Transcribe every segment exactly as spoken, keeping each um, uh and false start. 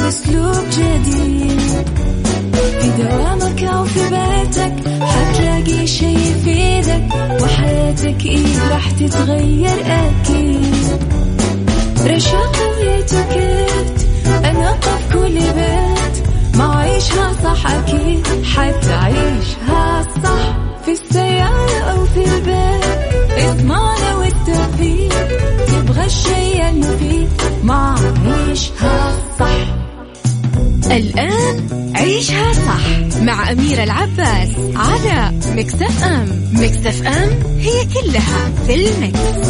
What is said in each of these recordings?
بأسلوب جديد. في دوامك أو في بيتك حتلاقي شي يفيدك، وحياتك إيه راح تتغير أكيد. رشاق ويتوكيت أنا قف كل بيت، ما عيشها صح أكيد حتعيشها صح. في السيارة أو في البيت اضمعنا والتوفيق، تبغى الشيء المفيد ما عيشها صح. الآن عيشها صح مع أميرة العباس على ميكس اف ام. ميكس اف ام هي كلها في الميكس.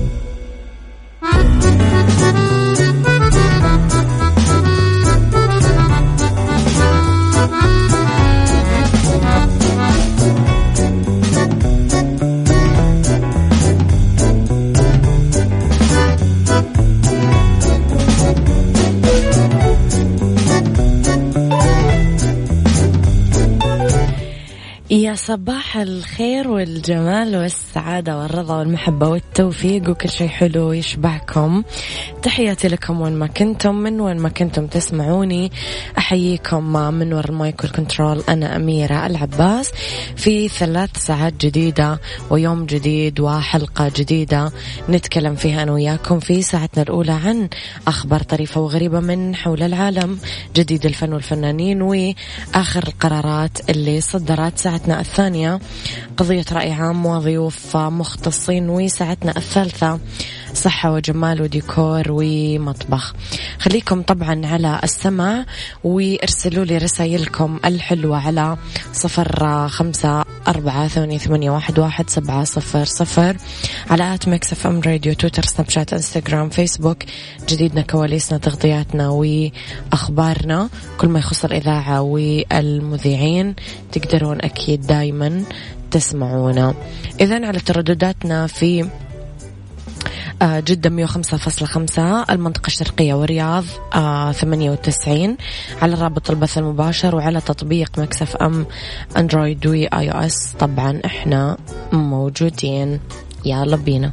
يا صباح الخير والجمال والسعادة والرضا والمحبة والتوفيق وكل شيء حلو يشبعكم. تحياتي لكم وين ما كنتم، من وين ما كنتم تسمعوني. أحييكم من وراء المايك والكنترول. أنا أميرة العباس في ثلاث ساعات جديدة ويوم جديد وحلقة جديدة نتكلم فيها أنا وياكم في ساعتنا الأولى عن أخبار طريفة وغريبة من حول العالم، جديد الفن والفنانين، وآخر القرارات اللي صدرت. ساعتنا الثانية قضية رأي عام وضيوف مختصين، وساعتنا الثالثة صحة وجمال وديكور ومطبخ. خليكم طبعا على السمع وارسلوا لي رسائلكم الحلوة على صفر خمسة أربعة ثمانية ثمانية واحد واحد سبعة صفر صفر على آت ميكس اف ام راديو، تويتر، سناب شات، انستغرام، فيسبوك. جديدنا، كواليسنا، تغطياتنا وأخبارنا، كل ما يخص الإذاعة والمذيعين تقدرون أكيد دايما تسمعونا. إذن على تردداتنا في جدة مية وخمسة فاصلة خمسة، المنطقة الشرقية والرياض ثمانية وتسعين، على رابط البث المباشر وعلى تطبيق ميكس اف ام اندرويد وي اي او اس. طبعا احنا موجودين، يلا بينا.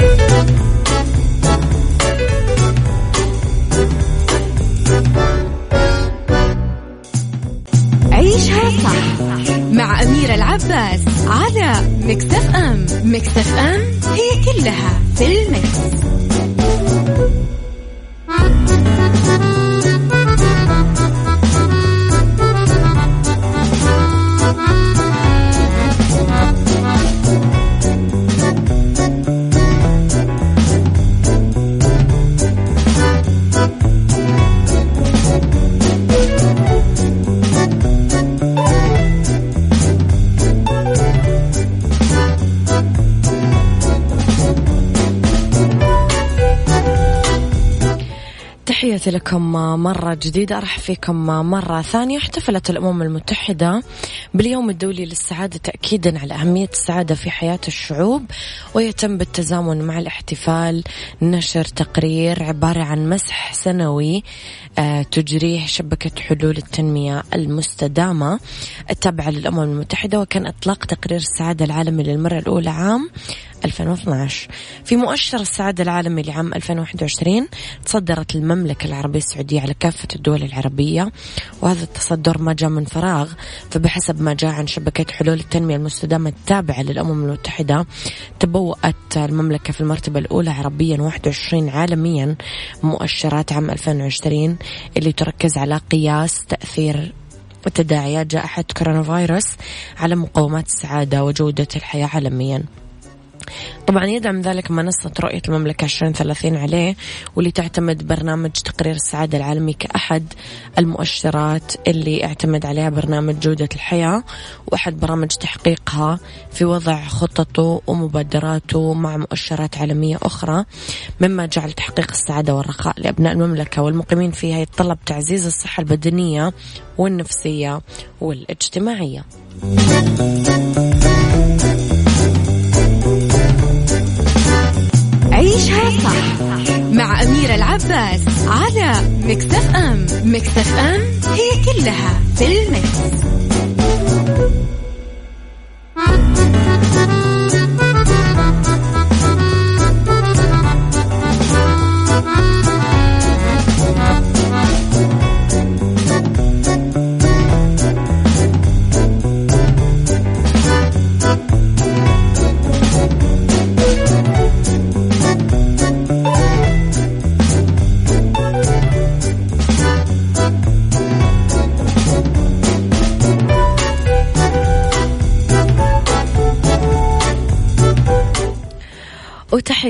عيشها صح مع أميرة العباس على ميكس اف ام. ميكس اف ام هي كلها في الميكس. تحياتي لكم مرة جديدة، أرحب فيكم مرة ثانية. احتفلت الأمم المتحدة باليوم الدولي للسعادة تأكيدا على أهمية السعادة في حياة الشعوب، ويتم بالتزامن مع الاحتفال نشر تقرير عبارة عن مسح سنوي تجريه شبكة حلول التنمية المستدامة التابعة للأمم المتحدة، وكان إطلاق تقرير السعادة العالمي للمرة الأولى عام ألفين واثني عشر. في مؤشر السعادة العالمي لعام ألفين وواحد وعشرين تصدرت المملكة العربية السعودية على كافة الدول العربية، وهذا التصدر ما جاء من فراغ. فبحسب ما جاء عن شبكة حلول التنمية المستدامة التابعة للأمم المتحدة، تبوأت المملكة في المرتبة الأولى عربيا واحد وعشرين عالميا مؤشرات عام ألفين وعشرين، اللي تركز على قياس تأثير وتداعيات جائحة كورونا فيروس على مقومات السعادة وجودة الحياة عالميا. طبعا يدعم ذلك منصة رؤية المملكة عشرين ثلاثين عليه، واللي تعتمد برنامج تقرير السعادة العالمي كأحد المؤشرات اللي اعتمد عليها برنامج جودة الحياة، وأحد برامج تحقيقها في وضع خططه ومبادراته مع مؤشرات عالمية أخرى، مما جعل تحقيق السعادة والرخاء لأبناء المملكة والمقيمين فيها يتطلب تعزيز الصحة البدنية والنفسية والاجتماعية. عيشها صح مع أميرة العباس على ميكس اف ام. ميكس اف ام هي كلها في الميكس.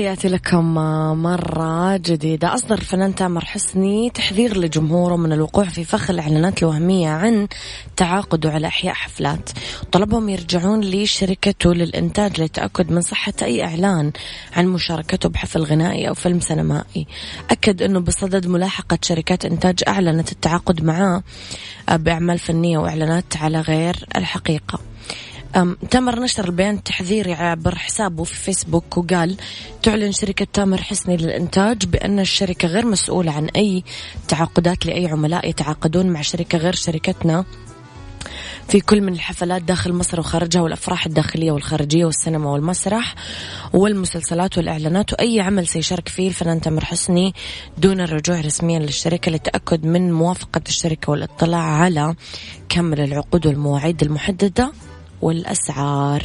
وتحياتي لكم مرة جديدة. أصدر الفنان تامر حسني تحذير لجمهوره من الوقوع في فخ الإعلانات الوهمية عن تعاقده على إحياء حفلات. طلبهم يرجعون لشركته للإنتاج للتأكد من صحة أي إعلان عن مشاركته بحفل غنائي أو فيلم سينمائي. أكد أنه بصدد ملاحقة شركات إنتاج أعلنت التعاقد معاه بأعمال فنية وإعلانات على غير الحقيقة. تامر نشر البيان التحذيري عبر حسابه في فيسبوك وقال: تعلن شركة تامر حسني للإنتاج بأن الشركة غير مسؤولة عن أي تعاقدات لأي عملاء يتعاقدون مع شركة غير شركتنا في كل من الحفلات داخل مصر وخارجها والأفراح الداخلية والخارجية والسينما والمسرح والمسلسلات والإعلانات، وأي عمل سيشارك فيه الفنان تامر حسني دون الرجوع رسميا للشركة للتأكد من موافقة الشركة والاطلاع على كامل العقود والمواعيد المحددة والأسعار.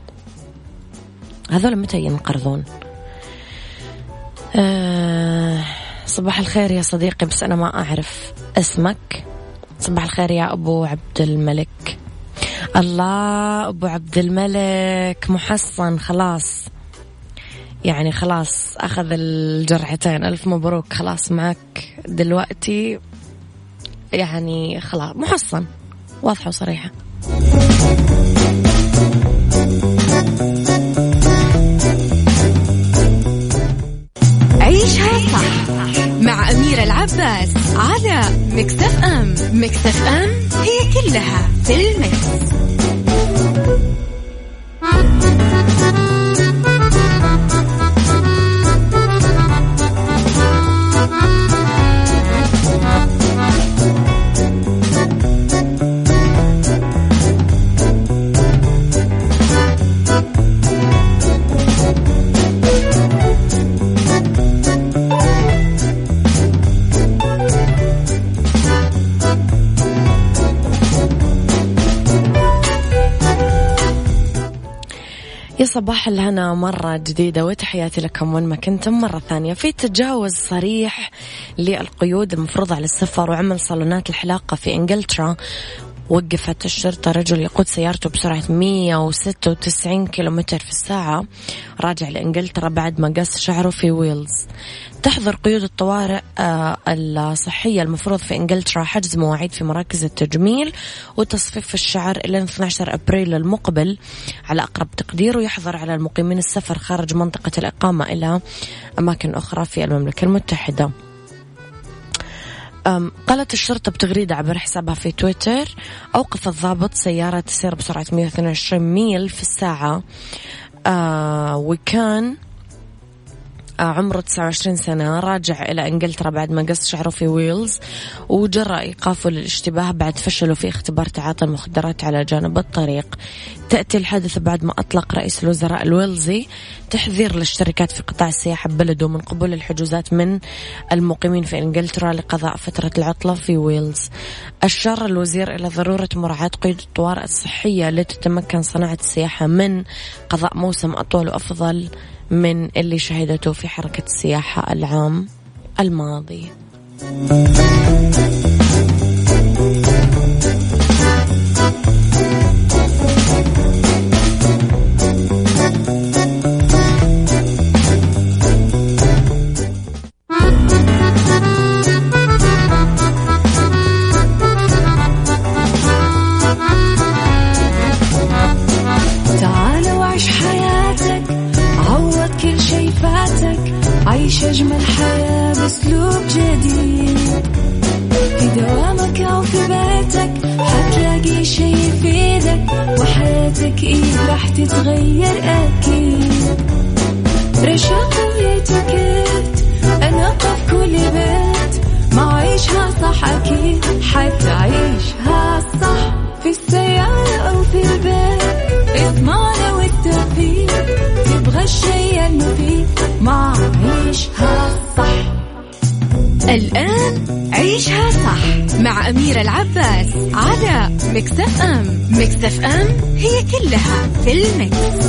هذول متى ينقرضون؟ أه صباح الخير يا صديقي، بس أنا ما أعرف اسمك. صباح الخير يا أبو عبد الملك. الله، أبو عبد الملك محصن خلاص، يعني خلاص أخذ الجرعتين، ألف مبروك، خلاص معك دلوقتي، يعني خلاص محصن، واضحة وصريحة. عيشها صح مع أميرة العباس على ميكس اف ام. ميكس اف ام هي كلها في الميكس. يا صباح الهنا مرة جديدة وتحياتي لكم وين ما كنتم مرة ثانية. في تجاوز صريح للقيود المفروضة على السفر وعمل صالونات الحلاقة في إنجلترا. وقفت الشرطة رجل يقود سيارته بسرعة مية وستة وتسعين كيلومتر في الساعة راجع لإنجلترا بعد ما قص شعره في ويلز. تحظر قيود الطوارئ الصحية المفروض في إنجلترا حجز مواعيد في مراكز التجميل وتصفيف الشعر إلى اثني عشر أبريل المقبل على أقرب تقدير، ويحظر على المقيمين السفر خارج منطقة الإقامة إلى أماكن أخرى في المملكة المتحدة. قالت الشرطة بتغريدة عبر حسابها في تويتر: أوقف الضابط سيارة تسير بسرعة مية واثنين وعشرين ميل في الساعة، آه وكان عمره تسعة وعشرين سنة، راجع إلى إنجلترا بعد ما قص شعره في ويلز، وجرى إيقافه للاشتباه بعد فشله في اختبار تعاطي المخدرات على جانب الطريق. تأتي الحادثة بعد ما أطلق رئيس الوزراء الويلزي تحذير للشركات في قطاع السياحة ببلده من قبول الحجوزات من المقيمين في إنجلترا لقضاء فترة العطلة في ويلز. أشار الوزير إلى ضرورة مراعاة قيود الطوارئ الصحية لتتمكن صناعة السياحة من قضاء موسم أطول وأفضل من اللي شهدته في حركة السياحة العام الماضي. عيش أجمل حياة بأسلوب جديد، في دوامك أو في بيتك حتلاقي شي يفيدك، وحياتك إيه راح تتغير أكيد. رشاق ويتوكيت أنا قف كل بيت، ما عيشها صح أكيد حتعيشها صح، في السيارة أو في البيت اسمعنا والتوفيق، تبغى الشيء المفيد ما عيشها صح. الآن عيشها صح مع أميرة العباس على ميكس اف ام. ميكس اف ام هي كلها في الميكس.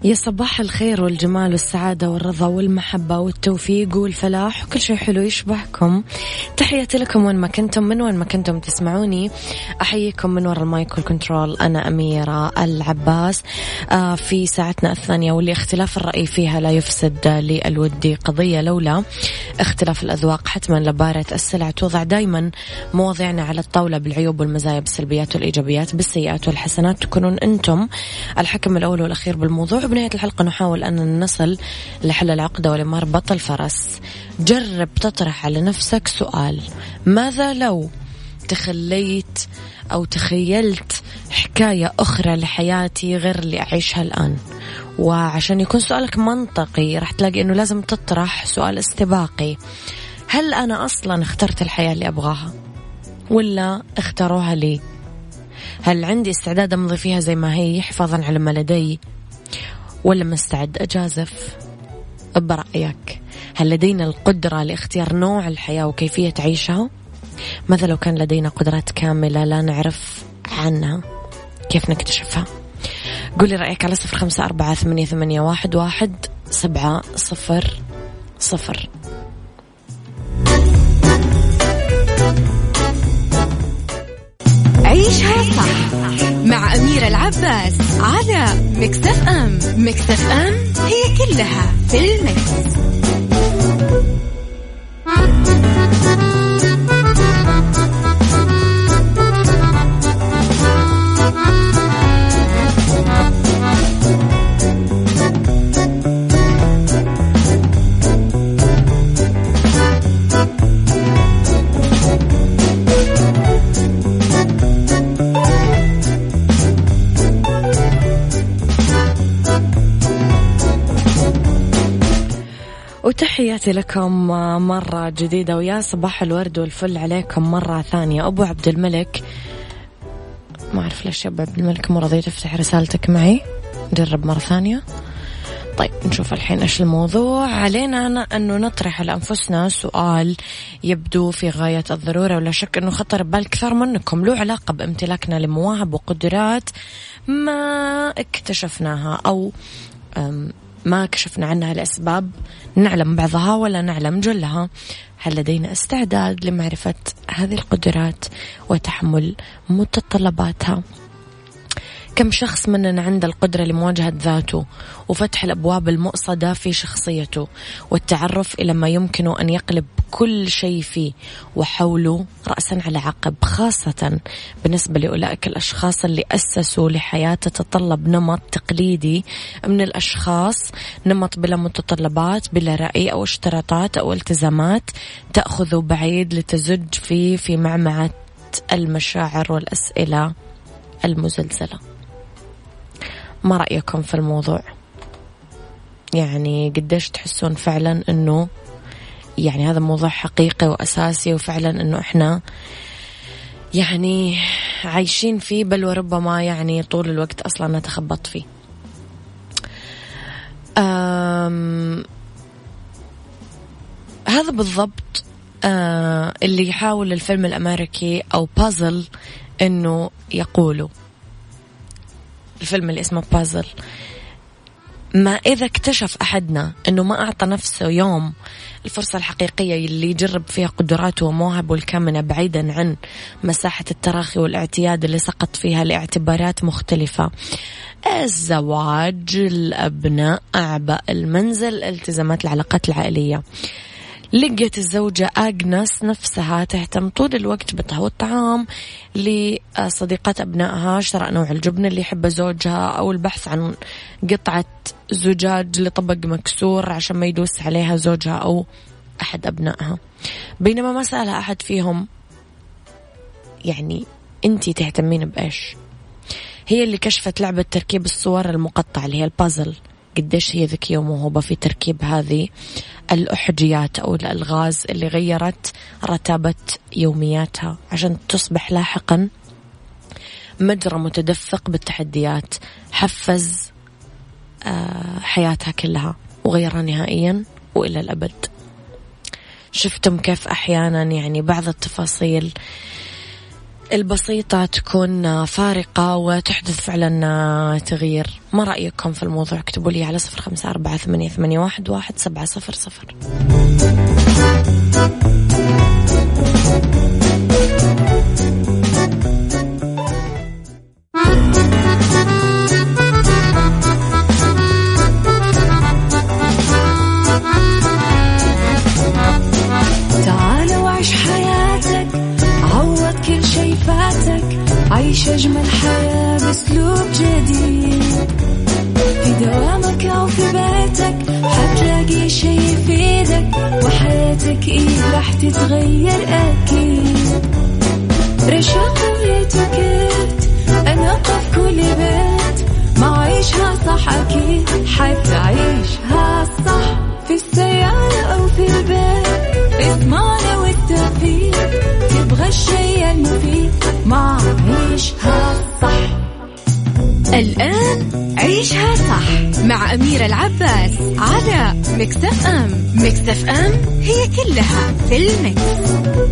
يا صباح الخير والجمال والسعادة والرضا والمحبة والتوفيق والفلاح وكل شيء حلو يشبهكم. تحياتي لكم وين ما كنتم، من وين ما كنتم تسمعوني. أحييكم من وراء المايك والكنترول. أنا أميرة العباس آه في ساعتنا الثانية، واللي اختلاف الرأي فيها لا يفسد للودي قضية، لولا اختلاف الأذواق حتما لبارة السلع. توضع دايما مواضيعنا على الطاولة بالعيوب والمزايا، بالسلبيات والإيجابيات، بالسيئات والحسنات. تكونون أنتم الحكم الأول والأخير بالموضوع. بنهاية الحلقة نحاول أن نصل لحل العقدة ولمربط الفرس. جرب تطرح على نفسك سؤال: ماذا لو تخليت أو تخيلت حكاية أخرى لحياتي غير اللي أعيشها الآن؟ وعشان يكون سؤالك منطقي راح تلاقي أنه لازم تطرح سؤال استباقي: هل أنا أصلا اخترت الحياة اللي أبغاها ولا اختاروها لي؟ هل عندي استعداد أمضي فيها زي ما هي حفاظا على ما لدي، ولا مستعد أجازف؟ برأيك هل لدينا القدرة لاختيار نوع الحياة وكيفية عيشها؟ ماذا لو كان لدينا قدرات كاملة لا نعرف عنها؟ كيف نكتشفها؟ قولي رأيك على صفر خمسة أربعة ثمانية ثمانية واحد واحد سبعة صفر صفر. عيشها صح مع أميرة العباس على ميكس اف ام. ميكس اف ام هي كلها في الميكس. وتحياتي لكم مرة جديدة، ويا صباح الورد والفل عليكم مرة ثانية. أبو عبد الملك، ما أعرف ليش يا أبو عبد الملك مو راضي تفتح رسالتك معي. نجرب مرة ثانية. طيب نشوف الحين إيش الموضوع. علينا أنا أنه نطرح على أنفسنا سؤال يبدو في غاية الضرورة، ولا شك أنه خطر ببال كثير منكم، له علاقة بامتلاكنا لمواهب وقدرات ما اكتشفناها أو ما كشفنا عنها لأسباب نعلم بعضها ولا نعلم جلها. هل لدينا استعداد لمعرفة هذه القدرات وتحمل متطلباتها؟ كم شخص مننا عنده القدرة لمواجهة ذاته وفتح الأبواب المؤصدة في شخصيته والتعرف إلى ما يمكن أن يقلب كل شيء فيه وحوله رأسا على عقب، خاصة بالنسبة لأولئك الأشخاص اللي أسسوا لحياة تتطلب نمط تقليدي من الأشخاص، نمط بلا متطلبات، بلا رأي أو اشتراطات أو التزامات، تأخذ بعيد لتزج فيه في معمعة المشاعر والأسئلة المزلزلة. ما رأيكم في الموضوع؟ يعني قديش تحسون فعلا أنه يعني هذا موضوع حقيقي وأساسي، وفعلا أنه إحنا يعني عايشين فيه، بل وربما يعني طول الوقت أصلا نتخبط فيه. هذا بالضبط آه اللي يحاول الفيلم الأمريكي أو بازل أنه يقوله. الفيلم اللي اسمه بازل، ما إذا اكتشف أحدنا أنه ما أعطى نفسه يوم الفرصة الحقيقية اللي يجرب فيها قدراته ومواهبه الكامنة بعيدا عن مساحة التراخي والاعتياد اللي سقط فيها لاعتبارات مختلفة: الزواج، الأبناء، أعباء المنزل، التزامات العلاقات العائلية. لقيت الزوجة آغنس نفسها تهتم طول الوقت بطهو الطعام لصديقات أبنائها، شراء نوع الجبن اللي يحبه زوجها، أو البحث عن قطعة زجاج لطبق مكسور عشان ما يدوس عليها زوجها أو أحد أبنائها. بينما ما سألها أحد فيهم يعني أنتي تهتمين بإيش. هي اللي كشفت لعبة تركيب الصور المقطعة اللي هي البازل، قديش هي ذكية وموهوبة في تركيب هذه الأحجيات أو الألغاز اللي غيرت رتابة يومياتها عشان تصبح لاحقا مجرى متدفق بالتحديات، حفز حياتها كلها وغيرها نهائيا وإلى الأبد. شفتم كيف أحيانا يعني بعض التفاصيل البسيطة تكون فارقة وتحدث فعلا تغيير. ما رأيكم في الموضوع؟ اكتبوا لي على صفر خمسة أربعة ثمانية ثمانية واحد واحد سبعة صفر صفر. عيش أجمل حياة بأسلوب جديد، في دوامك أو في بيتك حتلاقي شي يفيدك، وحياتك إيه راح تتغير أكيد. رشاق ويتوكيت أنا قف كل بيت، ما عيشها صح أكيد حتعيشها صح، في السيارة أو في البيت اسمعنا والتوفيق، تبغى الشي المفيد ما عيشها صح. الآن عيشها صح مع أميرة العباس على ميكس اف ام. ميكس اف ام هي كلها في الميكس.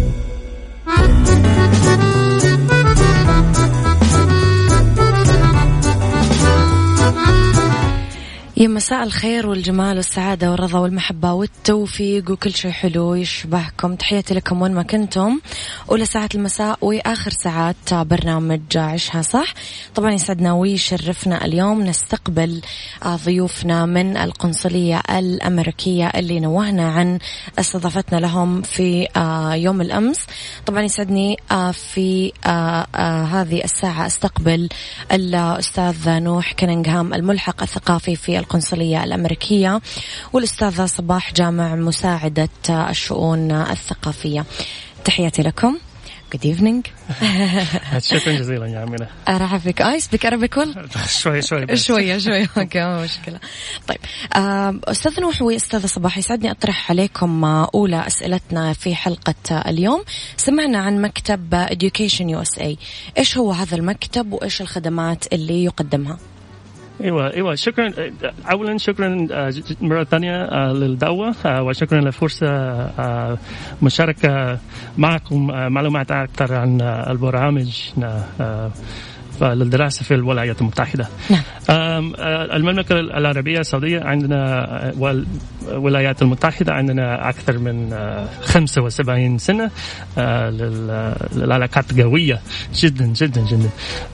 يا مساء الخير والجمال والسعادة والرضا والمحبة والتوفيق وكل شيء حلو يشبهكم. تحياتي لكم وين ما كنتم، أولى ساعات المساء وآخر ساعات برنامج عيشها صح. طبعا يسعدنا ويشرفنا اليوم نستقبل ضيوفنا من القنصلية الأمريكية اللي نوهنا عن استضافتنا لهم في يوم الأمس. طبعا يسعدني في هذه الساعة استقبل الأستاذ نوح كننغهام الملحق الثقافي في القنصلية الأمريكية، والأستاذة صباح جامع مساعدة الشؤون الثقافية. تحياتي لكم. Good evening. شكرا جزيلا يا أمينة. أرحب بك. آي سبيك أرابيك ولا؟ شوية شوية شوية شوية أوكي ما مشكلة. طيب أستاذ نوح وأستاذة صباح، يسعدني أطرح عليكم أولى أسئلتنا في حلقة اليوم. سمعنا عن مكتب Education يو إس إيه، إيش هو هذا المكتب وإيش الخدمات اللي يقدمها؟ ايوه ايوه شكرا. اولا شكرا مره ثانيه للدعوه، وشكرا للفرصه مشاركه معكم معلومات اكثر عن البرامج للدراسة في الولايات المتحدة. نعم. المملكة العربية السعودية عندنا والولايات المتحدة عندنا أكثر من خمسة وسبعين سنة للعلاقات قوية جدا جدا جدا.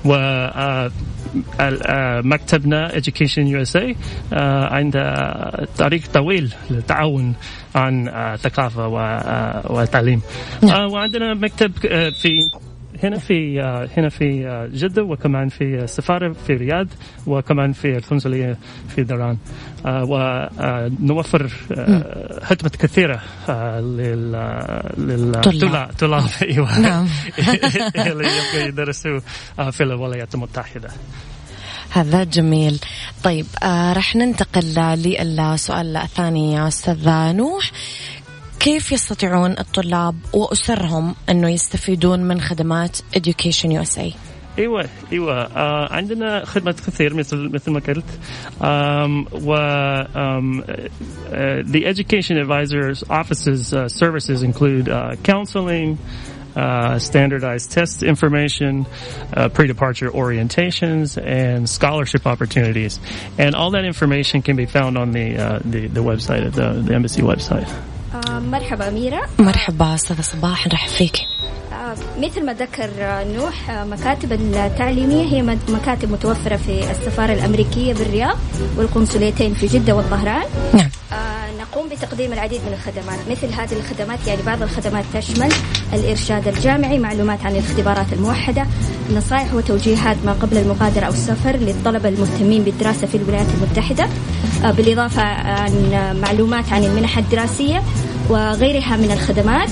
ومكتبنا Education يو إس إيه عنده تاريخ طويل للتعاون عن الثقافة والتعليم. نعم. وعندنا مكتب في هنا في هنا في جدة، وكمان في السفارة في الرياض، وكمان في القنصلية في دوران، ونوفر خدمات كثيرة للطلاب أيوة نعم اللي يبغوا يدرسوا في الولايات المتحدة. هذا جميل. طيب آه رح ننتقل للسؤال الثاني يا أستاذ نوح. كيف يستطيعون الطلاب وأسرهم أنه يستفيدون من خدمات Education يو إس إيه؟ ايوه ايوه آه عندنا خدمات كثير مثل مثل ما قلت. um, و um, uh, the education advisors offices uh, services include uh, counseling, Uh, standardized test information, uh, pre-departure orientations, and scholarship opportunities. And all that information can be found on the uh, the, the website at the, the embassy website. آه مرحبا أميرة. مرحبا أستاذة صباح، نرحب فيك. آه مثل ما ذكر نوح، آه مكاتب التعليمية هي مكاتب متوفرة في السفارة الأمريكية بالرياض والقنصليتين في جدة والظهران. نعم. آه نقوم بتقديم العديد من الخدمات. مثل هذه الخدمات يعني بعض الخدمات تشمل الإرشاد الجامعي، معلومات عن الاختبارات الموحدة، نصائح وتوجيهات ما قبل المغادرة أو السفر للطلبة المهتمين بالدراسة في الولايات المتحدة، آه بالإضافة عن معلومات عن المنح الدراسية وغيرها من الخدمات.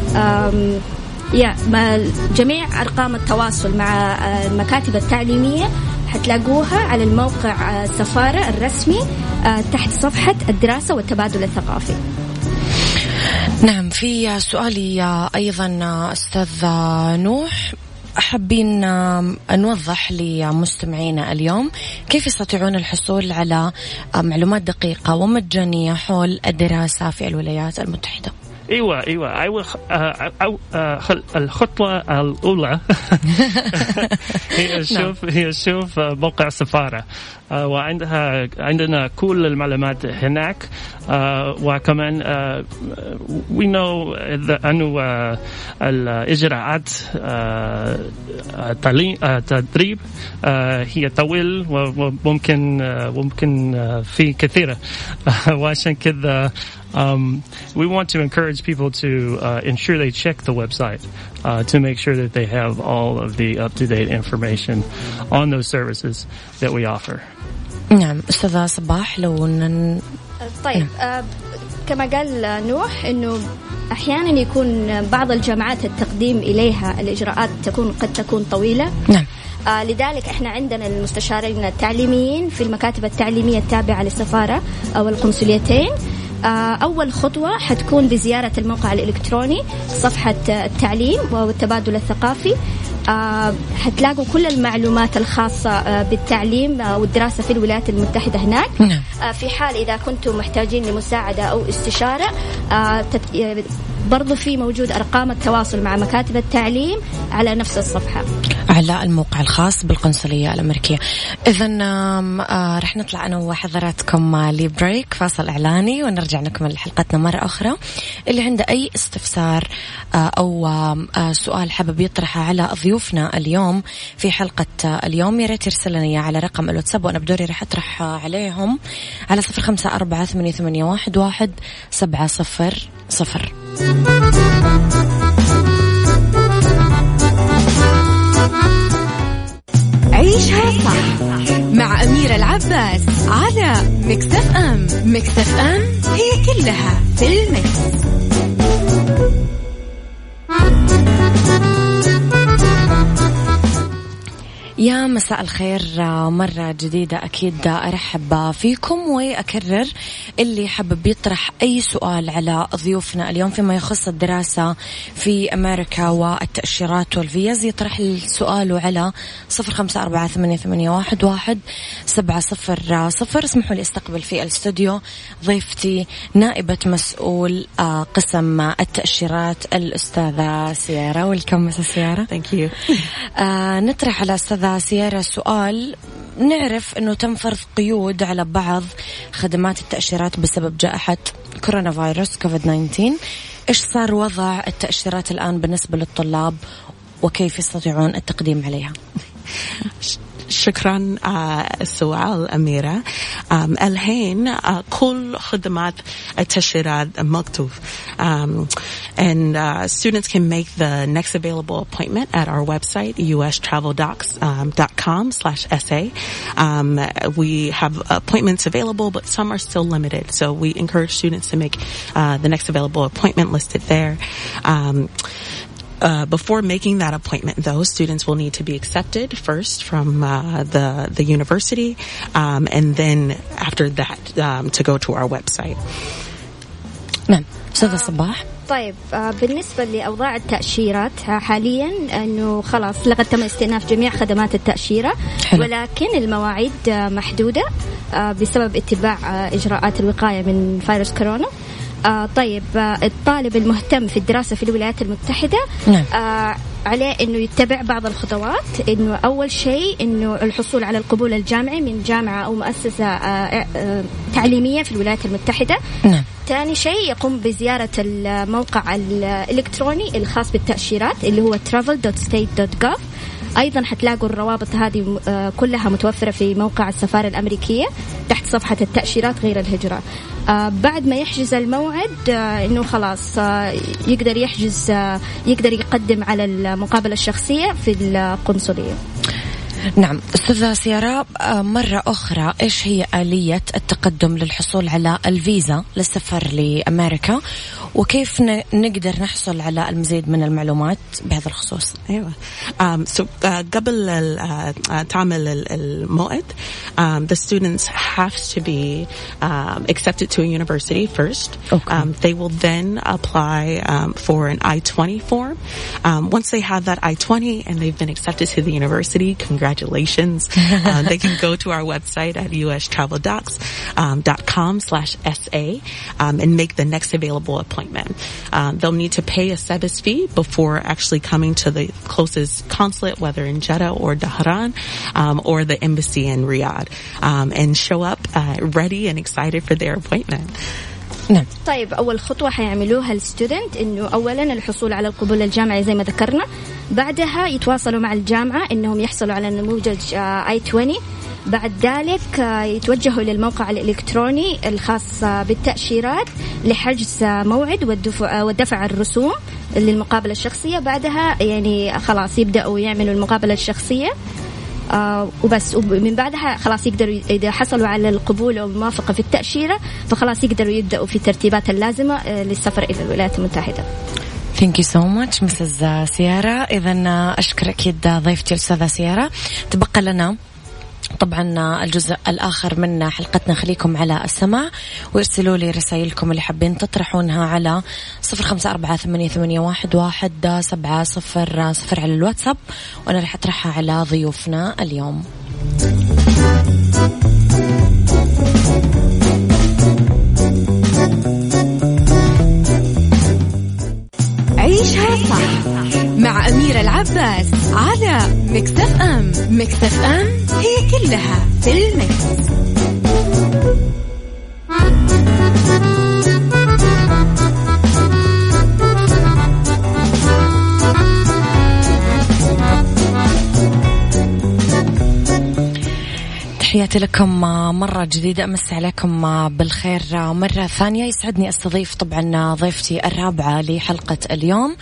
يا جميع أرقام التواصل مع المكاتب التعليمية حتلاقوها على الموقع السفارة الرسمي تحت صفحة الدراسة والتبادل الثقافي. نعم. في سؤالي أيضا أستاذ نوح، حابين نوضح لمستمعينا اليوم كيف يستطيعون الحصول على معلومات دقيقة ومجانية حول الدراسة في الولايات المتحدة. ايوه ايوه ايوه أو الخطوه الاولى هي شوف هي شوف موقع السفاره وعندها عندنا كل المعلومات هناك. وكمان we know أنه الإجراءات التدريب هي طويل وممكن ممكن في كثيرة وعشان كذا Um, we want to encourage people to uh, ensure they check the website uh, to make sure that they have all of the up-to-date information on those services that we offer. نعم أستاذة صباح لو ن... طيب آه كما قال نوح إنه أحيانا يكون بعض الجامعات التقديم إليها الإجراءات تكون قد تكون طويلة. نعم. آه لذلك احنا عندنا المستشارين التعليميين في المكاتب التعليمية التابعة للسفارة أو القنصليتين. أول خطوة حتكون بزيارة الموقع الإلكتروني صفحة التعليم والتبادل الثقافي. حتلاقوا كل المعلومات الخاصة بالتعليم والدراسة في الولايات المتحدة هناك. في حال إذا كنتم محتاجين لمساعدة أو استشارة برضو في موجود أرقام التواصل مع مكاتب التعليم على نفس الصفحة على الموقع الخاص بالقنصلية الأمريكية. إذن آه رح نطلع أنا وحضراتكم لبريك فاصل إعلاني ونرجع نكمل حلقتنا مرة أخرى. اللي عنده أي استفسار آه أو آه سؤال حابب يطرحه على ضيوفنا اليوم في حلقة آه اليوم يا ريت يرسل لنا على رقم الواتساب وأنا بدوري رح أطرح عليهم على صفر خمسة أربعة ثمانية ثمانية واحد واحد سبعة صفر صفر. عيشها صح مع أميرة العباس على ميكس اف ام. ميكس اف ام هي كلها في الميكس. يا مساء الخير مرة جديدة. أكيد أرحب فيكم وأكرر اللي حابب يطرح أي سؤال على ضيوفنا اليوم فيما يخص الدراسة في أمريكا والتأشيرات والفيز يطرح السؤال على صفر خمسة أربعة ثمانية ثمانية واحد واحد سبعة صفر صفر. اسمحوا لي استقبل في الاستوديو ضيفتي نائبة مسؤول قسم التأشيرات الأستاذة سيارة. والكم مساء سيارة. Thank you. نطرح على أستاذة سيارة سؤال. نعرف أنه تم فرض قيود على بعض خدمات التأشيرات بسبب جائحة كورونا فيروس كوفيد تسعة عشر. إيش صار وضع التأشيرات الآن بالنسبة للطلاب وكيف يستطيعون التقديم عليها؟ شكرا السؤال أميرة. الحين كل خدمات التأشيرات مكتوب and uh, students can make the next available appointment at our website u s travel docs dot com slash s a. Um, we have appointments available, but some are still limited, so we encourage students to make uh, the next available appointment listed there. Um, Uh, before making that appointment, though, students will need to be accepted first from uh, the the university, um, and then after that um, to go to our website. نعم أستاذة صباح. طيب بالنسبة لأوضاع التأشيرات حاليا أنه خلاص لقد تم استئناف جميع خدمات التأشيرة حلو. ولكن المواعيد محدودة بسبب اتباع إجراءات الوقاية من فيروس كورونا. آه طيب آه الطالب المهتم في الدراسة في الولايات المتحدة نعم. آه عليه إنه يتبع بعض الخطوات. إنه أول شيء إنه الحصول على القبول الجامعي من جامعة أو مؤسسة آه آه تعليمية في الولايات المتحدة. نعم. ثاني شيء يقوم بزيارة الموقع الإلكتروني الخاص بالتأشيرات اللي هو travel dot state dot gov. أيضا حتلاقوا الروابط هذه كلها متوفرة في موقع السفارة الأمريكية تحت صفحة التأشيرات غير الهجرة. بعد ما يحجز الموعد إنه خلاص يقدر يحجز يقدر يقدم على المقابلة الشخصية في القنصلية. نعم أستاذة سيارة مرة أخرى إيش هي آلية التقدم للحصول على الفيزا للسفر لأمريكا وكيف نقدر نحصل على المزيد من المعلومات بهذا الخصوص؟ أيوة. Um, so uh, قبل uh, تعمل الموعد um, the students have to be um, accepted to a university first. Okay. Um, they will then apply um, for an I twenty form. Um, once they have that I twenty and they've been accepted to the university, congratulations. uh, they can go to our website at u s travel docs dot com slash s a um, and make the next available appointment appointment. Um, they'll need to pay a service fee before actually coming to the closest consulate, whether in Jeddah or Dhahran, um, or the embassy in Riyadh, um, and show up uh, ready and excited for their appointment. نعم. طيب أول خطوة حيعملوها الستودنت إنه أولاً الحصول على القبول الجامعي زي ما ذكرنا، بعدها يتواصلوا مع الجامعة إنهم يحصلوا على نموذج آي عشرين، بعد ذلك يتوجهوا للموقع الإلكتروني الخاص بالتأشيرات لحجز موعد والدفع, والدفع الرسوم للمقابلة الشخصية. بعدها يعني خلاص يبدأوا يعملوا المقابلة الشخصية آه وبس، ومن بعدها خلاص يقدروا إذا حصلوا على القبول أو الموافقة في التأشيرة فخلاص يقدروا يبدأوا في الترتيبات اللازمة آه للسفر إلى الولايات المتحدة. Thank you so much مسز سيارة. إذن أشكر أكيد ضيفتي الأستاذة سيارة. تبقى لنا طبعا الجزء الآخر من حلقتنا، خليكم على السماع ويرسلوا لي رسائلكم اللي حابين تطرحونها على صفر خمسة أربعة ثمانية ثمانية واحد واحد سبعة صفر صفر على الواتساب، وأنا رح أطرحها على ضيوفنا اليوم. عيشها صح مع أميرة العباس على ميكس اف ام. ميكس اف ام هي كلها في الميكس. تحياتي لكم مرة جديدة، أمس عليكم بالخير مرة ثانية. يسعدني أستضيف طبعا ضيفتي الرابعة لحلقة اليوم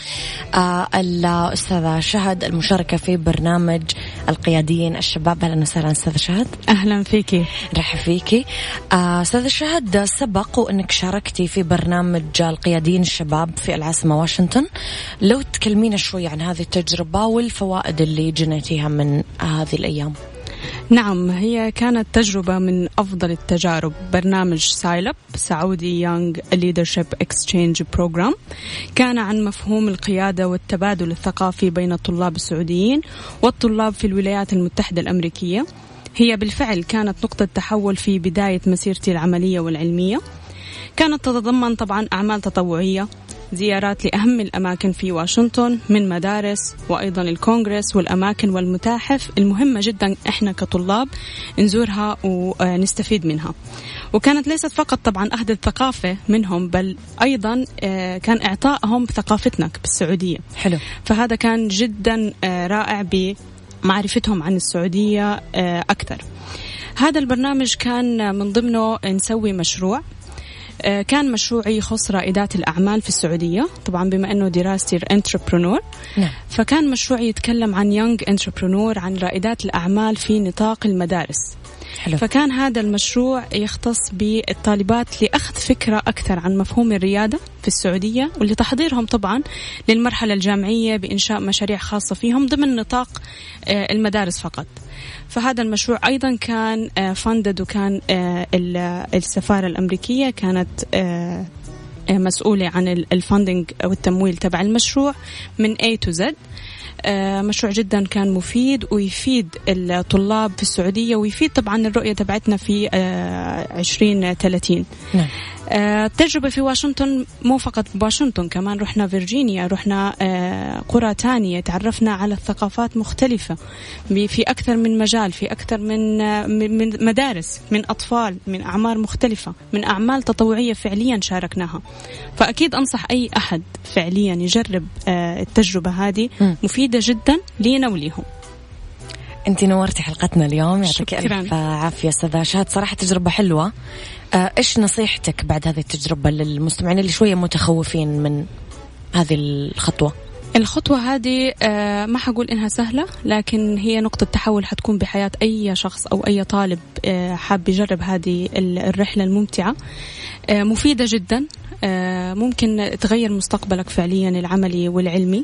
الأستاذة شهد، المشاركة في برنامج القياديين الشباب. أهلا وسهلا أستاذة شهد. أهلا فيكي. رحب فيكي أستاذة شهد. سبق وأنك شاركتي في برنامج القياديين الشباب في العاصمة واشنطن، لو تكلمينا شوي عن هذه التجربة والفوائد اللي جنيتيها من هذه الأيام. نعم، هي كانت تجربة من أفضل التجارب. برنامج سايلب سعودي يونغ ليدرشيب اكسشينج بروجرام كان عن مفهوم القيادة والتبادل الثقافي بين الطلاب السعوديين والطلاب في الولايات المتحدة الأمريكية. هي بالفعل كانت نقطة تحول في بداية مسيرتي العملية والعلمية. كانت تتضمن طبعا أعمال تطوعية، زيارات لأهم الأماكن في واشنطن من مدارس وأيضا الكونغرس والأماكن والمتاحف المهمة جدا إحنا كطلاب نزورها ونستفيد منها. وكانت ليست فقط طبعا أخذ الثقافة منهم، بل أيضا كان إعطائهم ثقافتنا بالسعودية. حلو. فهذا كان جدا رائع بمعرفتهم عن السعودية أكثر. هذا البرنامج كان من ضمنه نسوي مشروع، كان مشروعي يخص رائدات الأعمال في السعودية. طبعا بما أنه دراستي انتربرونور، نعم. فكان مشروعي يتكلم عن يونغ انتربرونور، عن رائدات الأعمال في نطاق المدارس. حلو. فكان هذا المشروع يختص بالطالبات لأخذ فكرة أكثر عن مفهوم الريادة في السعودية، ولتحضيرهم طبعا للمرحلة الجامعية بإنشاء مشاريع خاصة فيهم ضمن نطاق المدارس فقط. فهذا المشروع أيضا كان فاندد، وكان السفارة الأمريكية كانت مسؤولة عن الفاندنج أو التمويل تبع المشروع من A to Z. مشروع جدا كان مفيد ويفيد الطلاب في السعودية، ويفيد طبعا الرؤية تبعتنا في عشرين ثلاثين. نعم. التجربة في واشنطن مو فقط بواشنطن، كمان رحنا فيرجينيا، رحنا قرى تانية، تعرفنا على الثقافات مختلفة في أكثر من مجال، في أكثر من من مدارس، من أطفال، من أعمار مختلفة، من أعمال تطوعية فعليا شاركناها. فأكيد أنصح أي أحد فعليا يجرب التجربة هذه، مفيدة جدا لينا وليهم. أنت نورتي حلقتنا اليوم، يعطيك ألف عافية أستاذة شهد. صراحة تجربة حلوة. إيش نصيحتك بعد هذه التجربة للمستمعين اللي شوية متخوفين من هذه الخطوة؟ الخطوة هذه ما حقول إنها سهلة، لكن هي نقطة تحول حتكون بحياة أي شخص أو أي طالب حاب يجرب هذه الرحلة الممتعة. مفيدة جدا، ممكن تغير مستقبلك فعليا العملي والعلمي.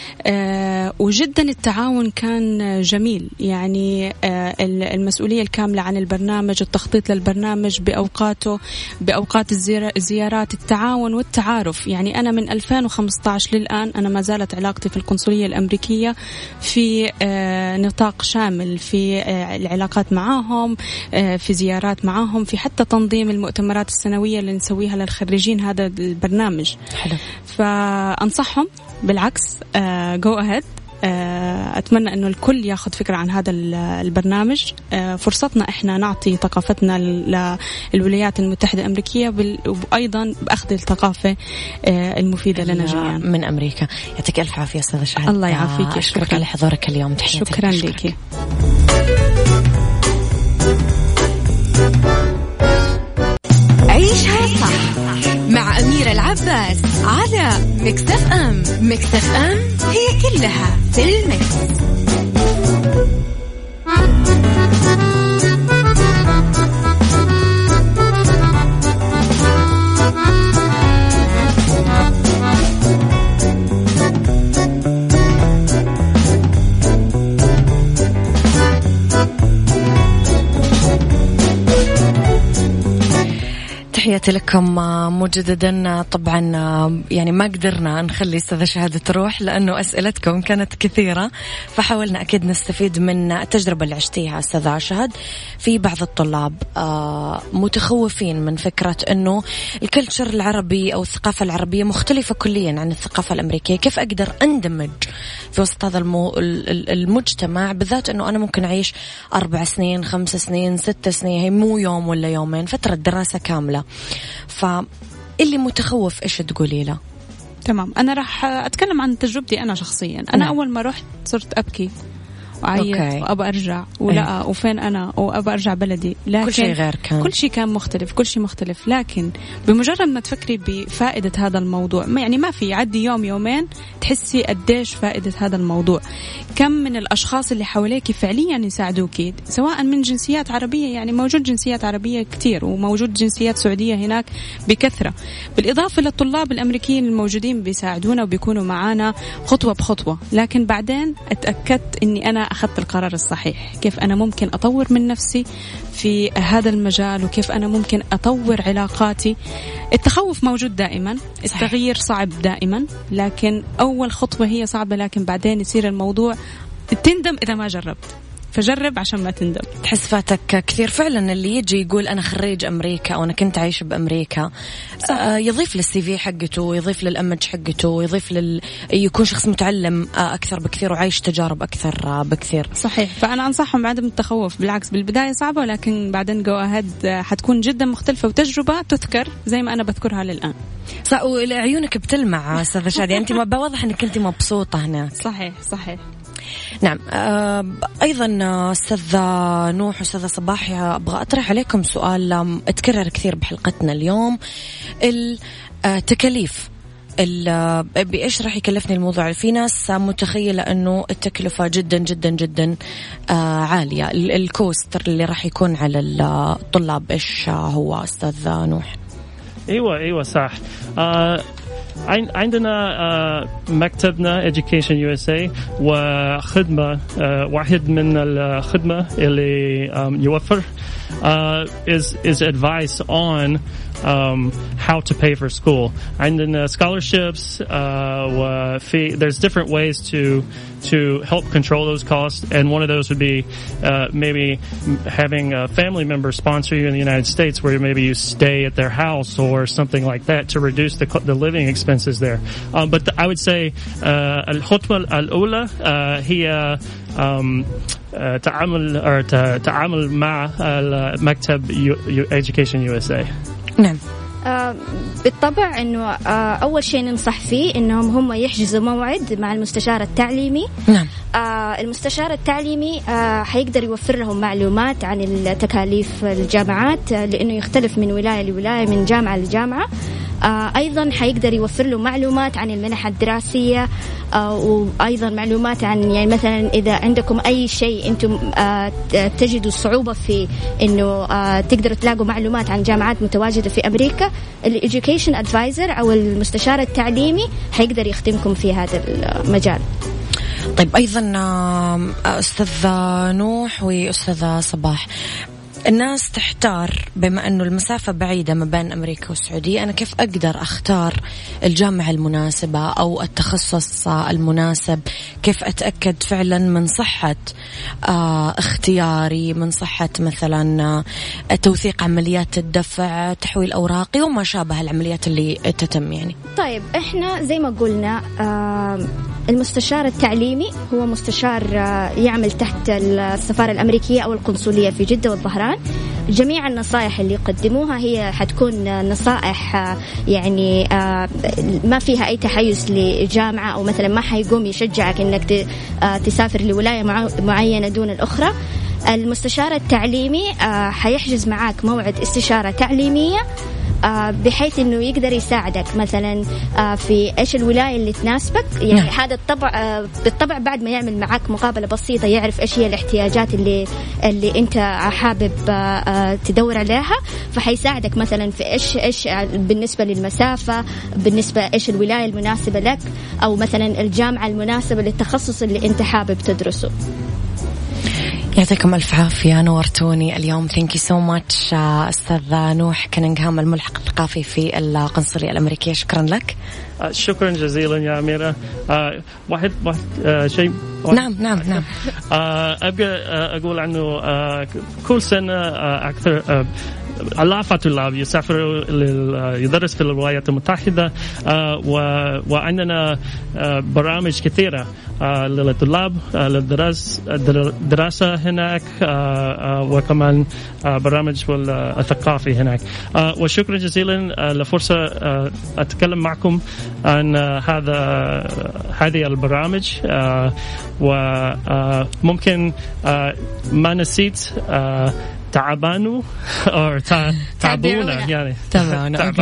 وجدا التعاون كان جميل، يعني المسؤولية الكاملة عن البرنامج، التخطيط للبرنامج بأوقاته، بأوقات الزيارات، التعاون والتعارف. يعني أنا من ألفين وخمسة عشر للآن أنا ما زالت كانت علاقتي في القنصلية الأمريكية في نطاق شامل، في العلاقات معهم، في زيارات معهم، في حتى تنظيم المؤتمرات السنوية اللي نسويها للخريجين هذا البرنامج. حلو. فأنصحهم بالعكس جو أهيد. أتمنى أنه الكل ياخذ فكرة عن هذا البرنامج. فرصتنا إحنا نعطي ثقافتنا للولايات المتحدة الأمريكية وأيضا بأخذ الثقافة المفيدة لنا جميعا من أمريكا. يعطيك ألف عافية أستاذة شهد. الله يعافيك. أشكرك على حضورك اليوم. تحياتي. شكرا لك. عيشها صح مع أميرة العباس على ميكس اف ام. ميكس اف ام هي كلها في الميكس. تحياتي لكم مجددا. طبعا يعني ما قدرنا نخلي أستاذة شهادة تروح لأنه أسئلتكم كانت كثيرة، فحاولنا أكيد نستفيد من التجربة اللي عشتيها أستاذة شهد. في بعض الطلاب متخوفين من فكرة أنه الكلتشر العربي أو الثقافة العربية مختلفة كليا عن الثقافة الأمريكية، كيف أقدر أندمج في وسط هذا المو... المجتمع، بالذات أنه أنا ممكن أعيش أربع سنين خمس سنين ست سنين، هي مو يوم ولا يومين، فترة دراسة كاملة. فاللي متخوف إيش تقولي له؟ تمام، أنا راح أتكلم عن تجربتي أنا شخصيا. أنا نعم. أول ما رحت صرت أبكي وعيط وأبى أرجع ولا أيه. وفين أنا وأبى أرجع بلدي، لكن كل شيء غير كان كل شيء كان مختلف، كل شيء مختلف. لكن بمجرد ما تفكري بفائدة هذا الموضوع، ما يعني ما في يعدي يوم يومين تحسي قديش فائدة هذا الموضوع. كم من الأشخاص اللي حواليك فعليا يساعدوكي، سواء من جنسيات عربية، يعني موجود جنسيات عربية كتير وموجود جنسيات سعودية هناك بكثرة، بالإضافة للطلاب الأمريكيين الموجودين بيساعدونا وبيكونوا معانا خطوة بخطوة. لكن بعدين أتأكدت أني أنا أخذت القرار الصحيح، كيف أنا ممكن أطور من نفسي في هذا المجال وكيف أنا ممكن أطور علاقاتي. التخوف موجود دائما، التغيير صعب دائما، لكن أول خطوة هي صعبة، لكن بعدين يصير الموضوع تندم إذا ما جربت، فجرب عشان ما تندم. تحس فاتك كثير فعلا اللي يجي يقول أنا خريج أمريكا أو أنا كنت عايش بأمريكا، آه يضيف للسي في حقته، يضيف للأمج حقته، يضيف لل يكون شخص متعلم آه أكثر بكثير وعايش تجارب أكثر آه بكثير. صحيح، فأنا أنصحهم بعدم التخوف، بالعكس بالبداية صعبة ولكن بعدين جو أهيد حتكون جدا مختلفة وتجربة تذكر زي ما أنا بذكرها للآن. صح، وعيونك بتلمع أستاذة شادي، أنت ما بواضح أنك أنت مبسوطة هناك. صحيح صحيح. نعم. آه أيضا أستاذ نوح وأستاذ صباح، أبغى أطرح عليكم سؤال اتكرر كثير بحلقتنا اليوم، التكاليف. بإيش راح يكلفني الموضوع؟ في ناس متخيلة أنه التكلفة جدا جدا جدا آه عالية، الكوستر اللي راح يكون على الطلاب إيش هو أستاذ نوح؟ أيوة أيوة صح. آه عندنا مكتبنا Education يو إس إيه وخدمة واحد من الخدمة اللي يوفر is is advice on um, how to pay for school. عندنا scholarships uh, وفي there's different ways to to help control those costs, and one of those would be uh, maybe having a family member sponsor you in the United States, where maybe you stay at their house or something like that to reduce the the living expenses there. Um, but the, I would say الخطوة الأولى هي um, تعامل أو تعامل مع المكتب Education يو إس إيه. نعم. آه بالطبع انه آه اول شيء ننصح فيه انهم هم يحجزوا موعد مع المستشار التعليمي. نعم. آه المستشار التعليمي آه حيقدر يوفر لهم معلومات عن التكاليف الجامعات، آه لانه يختلف من ولاية لولاية، من جامعة لجامعة. آه أيضا حيقدر يوفر له معلومات عن المنح الدراسية، آه وأيضا معلومات عن يعني مثلا إذا عندكم أي شيء أنتم آه تجدوا صعوبة في إنه آه تقدروا تلاقوا معلومات عن جامعات متواجدة في أمريكا، الإديوكيشن أدفايزر أو المستشار التعليمي حيقدر يخدمكم في هذا المجال. طيب أيضا أستاذ نوح وأستاذ صباح، الناس تحتار بما أنه المسافة بعيدة ما بين أمريكا والسعودية، أنا كيف أقدر أختار الجامعة المناسبة أو التخصص المناسب؟ كيف أتأكد فعلا من صحة آه اختياري، من صحة مثلا آه توثيق عمليات الدفع، تحويل أوراقي وما شابه العمليات اللي تتم يعني؟ طيب إحنا زي ما قلنا آه المستشار التعليمي هو مستشار آه يعمل تحت السفارة الأمريكية أو القنصلية في جدة والظهران. جميع النصائح اللي يقدموها هي حتكون نصائح يعني ما فيها أي تحيز لجامعة، أو مثلا ما حيقوم يشجعك إنك تسافر لولاية معينة دون الأخرى. المستشار التعليمي حيحجز معاك موعد استشارة تعليمية بحيث إنه يقدر يساعدك مثلا في إيش الولاية اللي تناسبك. يعني هذا الطبع بالطبع بعد ما يعمل معك مقابلة بسيطة يعرف إيش هي الاحتياجات اللي اللي أنت حابب تدور عليها، فحيساعدك مثلا في إيش إيش بالنسبة للمسافة، بالنسبة إيش الولاية المناسبة لك، أو مثلا الجامعة المناسبة للتخصص اللي أنت حابب تدرسه. يعطيكم ألف عافية، نورتوني اليوم. ثانك يو سو ماتش أستاذ نوح كننغهام الملحق الثقافي في القنصلية الأمريكية، شكرا لك. شكرا جزيلا يا أميرة. آه واحد واحد آه شيء نعم نعم نعم آه أبقى آه أقول عنه آه كل سنة آه أكثر آه آلاف الطلاب يسافروا يدرس في الولايات المتحدة، آه وعندنا آه برامج كثيرة آه للطلاب آه للدراسة هناك، آه آه وكمان آه برامج الثقافي هناك. آه وشكرا جزيلا آه لفرصة آه أتكلم معكم عن آه هذا هذه البرامج، آه وممكن آه ما نسيت آه تعبانو أو تعبونا يعني تعبونا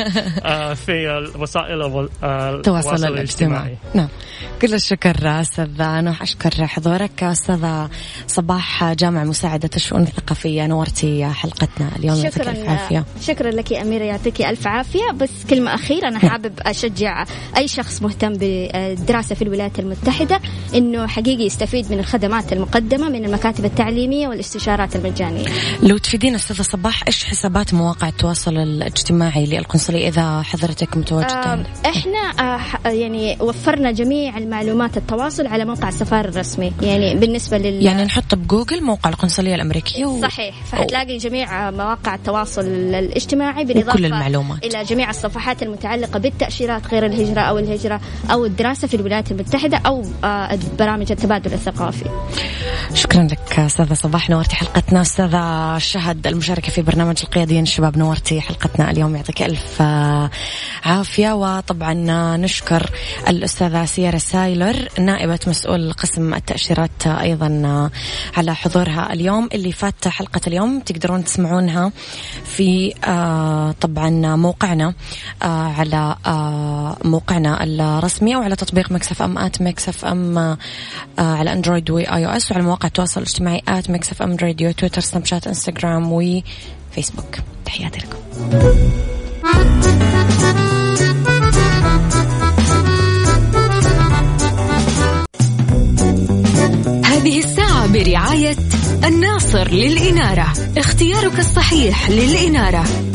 في وسائل التواصل الاجتماعي. نعم، كل الشكر أستاذ نوح، أشكر حضورك. أستاذ صباح جامع مساعدة الشؤون الثقافية، نورتي حلقتنا اليوم، يعطيك ألف عافية. شكرا لك يا أميرة، يعطيك ألف عافية. بس كلمة أخيرة، أنا حابب أشجع أي شخص مهتم بالدراسة في الولايات المتحدة إنه حقيقي يستفيد من الخدمات المقدمة من المكاتب التعليمية والاستشارات المجانية. لو تفيدين أستاذة صباح، إيش حسابات مواقع التواصل الاجتماعي للقنصلية إذا حضرتك متواجدة؟ آه إحنا آه يعني وفرنا جميع المعلومات التواصل على موقع السفارة الرسمي، يعني بالنسبة لل يعني نحط بجوجل موقع القنصلية الأمريكية و... صحيح، فحتلاقي جميع مواقع التواصل الاجتماعي بالإضافة وكل المعلومات إلى جميع الصفحات المتعلقة بالتأشيرات غير الهجرة أو الهجرة أو الدراسة في الولايات المتحدة أو آه برامج التبادل الثقافي. شكرا لك أستاذة صباح، نورتي حلقتنا. أستاذة شهد المشاركة في برنامج القياديين الشباب، نورتي حلقتنا اليوم، يعطيك ألف عافية. وطبعا نشكر الأستاذة سيارة سايلر نائبة مسؤول قسم التأشيرات أيضا على حضورها اليوم. اللي فات حلقة اليوم تقدرون تسمعونها في طبعا موقعنا على موقعنا الرسمي أو على تطبيق مكسف أم آت مكسف أم على أندرويد وآي أو إس، وعلى مواقع التواصل الاجتماعي آت مكسف أم راديو، تويتر، سناب شات، انستغرام وفيسبوك. تحياتي لكم. هذه الساعة برعاية الناصر للإنارة، اختيارك الصحيح للإنارة